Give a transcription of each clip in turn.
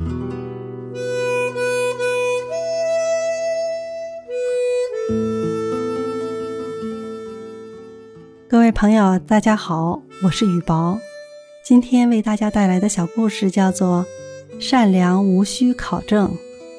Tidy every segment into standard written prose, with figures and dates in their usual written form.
各位朋友，大家好，我是雨薄。今天为大家带来的小故事叫做《善良无需考证》。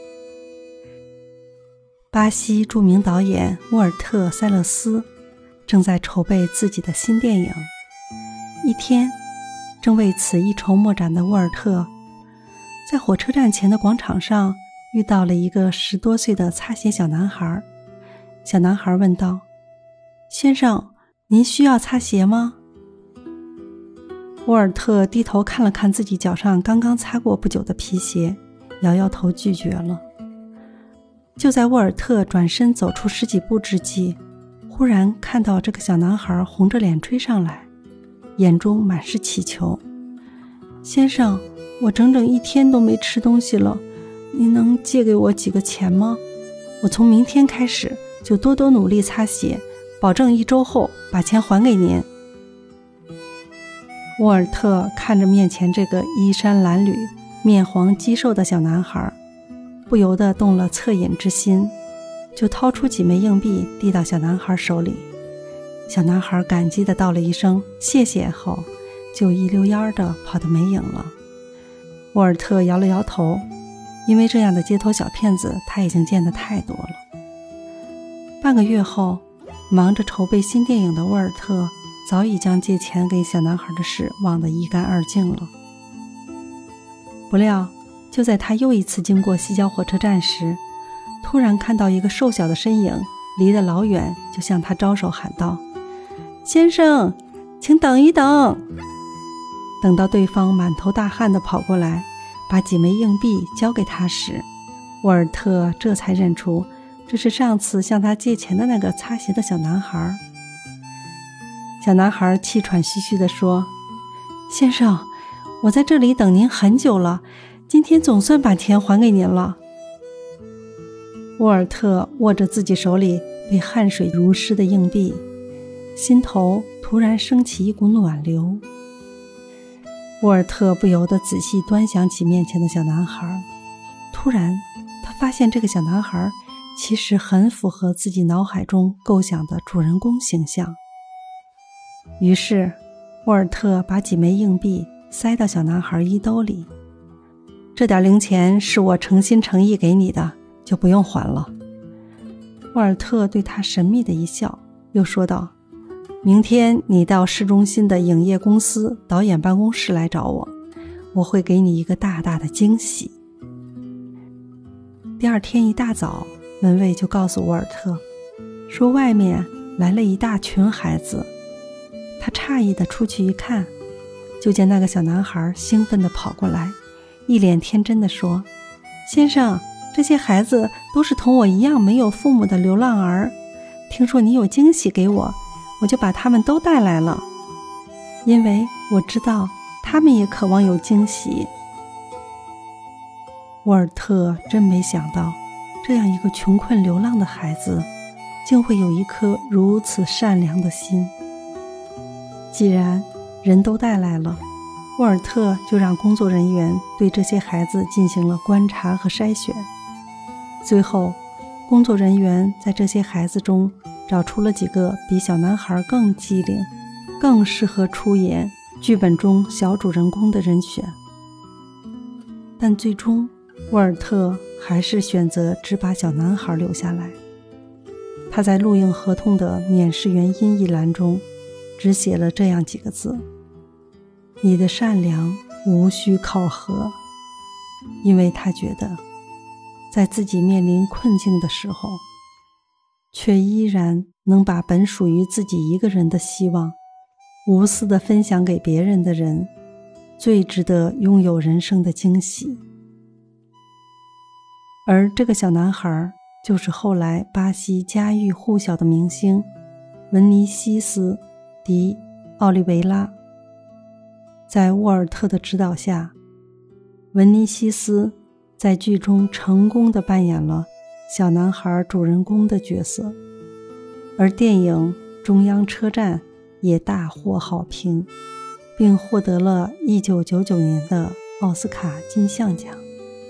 巴西著名导演沃尔特·塞勒斯正在筹备自己的新电影。一天，正为此一筹莫展的沃尔特，在火车站前的广场上遇到了一个10多岁的擦鞋小男孩。小男孩问道：“先生，您需要擦鞋吗？”沃尔特低头看了看自己脚上刚刚擦过不久的皮鞋，摇摇头拒绝了。就在沃尔特转身走出10几步之际，忽然看到这个小男孩红着脸追上来，眼中满是乞求：“先生，我整整1天都没吃东西了，您能借给我几个钱吗？我从明天开始就多多努力擦鞋，保证1周后把钱还给您。”沃尔特看着面前这个衣衫褴褛、面黄肌瘦的小男孩，不由得动了恻隐之心，就掏出几枚硬币递到小男孩手里。小男孩感激地道了一声谢谢后，就一溜烟地跑得没影了。沃尔特摇了摇头，因为这样的街头小骗子他已经见得太多了。半个月后，忙着筹备新电影的沃尔特早已将借钱给小男孩的事忘得一干二净了。不料就在他又一次经过西郊火车站时，突然看到一个瘦小的身影离得老远，就向他招手喊道：“先生，请等一等。”等到对方满头大汗地跑过来，把几枚硬币交给他时，沃尔特这才认出这是上次向他借钱的那个擦鞋的小男孩。小男孩气喘吁吁地说：“先生，我在这里等您很久了，今天总算把钱还给您了。”沃尔特握着自己手里被汗水濡湿的硬币，心头突然升起一股暖流。沃尔特不由得仔细端详起面前的小男孩，突然他发现这个小男孩其实很符合自己脑海中构想的主人公形象。于是沃尔特把几枚硬币塞到小男孩衣兜里：“这点零钱是我诚心诚意给你的，就不用还了。”沃尔特对他神秘的一笑，又说道：“明天你到市中心的影业公司导演办公室来找我，我会给你一个大大的惊喜。”第二天一大早，门卫就告诉沃尔特说外面来了一大群孩子。他诧异地出去一看，就见那个小男孩兴奋地跑过来，一脸天真地说：“先生，这些孩子都是同我一样没有父母的流浪儿，听说你有惊喜给我，我就把他们都带来了，因为我知道他们也渴望有惊喜。”沃尔特真没想到，这样一个穷困流浪的孩子竟会有一颗如此善良的心。既然人都带来了，沃尔特就让工作人员对这些孩子进行了观察和筛选。最后，工作人员在这些孩子中找出了几个比小男孩更机灵、更适合出演剧本中小主人公的人选。但最终，沃尔特还是选择只把小男孩留下来。他在录影合同的免试原因一栏中只写了这样几个字：“你的善良无需考核。”因为他觉得在自己面临困境的时候，却依然能把本属于自己一个人的希望无私地分享给别人的人，最值得拥有人生的惊喜。而这个小男孩就是后来巴西家喻户晓的明星文尼西斯·迪·奥利维拉。在沃尔特的指导下，文尼西斯在剧中成功地扮演了小男孩主人公的角色，而电影《中央车站》也大获好评，并获得了1999年的奥斯卡金像奖。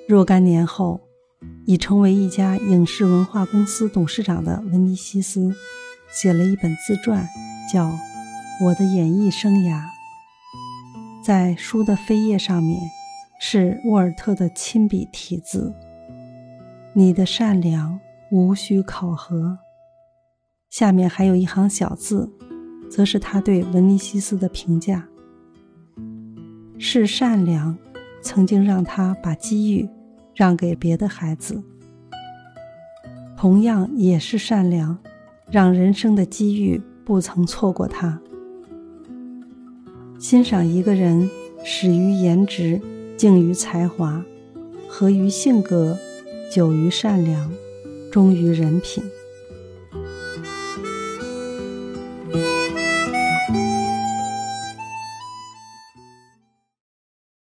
若干年后，已成为一家影视文化公司董事长的文尼西斯写了一本自传，叫《我的演艺生涯》。在书的扉页上面是沃尔特的亲笔题字：你的善良无需考核。下面还有一行小字，则是他对文尼西斯的评价：是善良曾经让他把机遇让给别的孩子，同样也是善良让人生的机遇不曾错过他。欣赏一个人，始于颜值，敬于才华，合于性格，久于善良，忠于人品。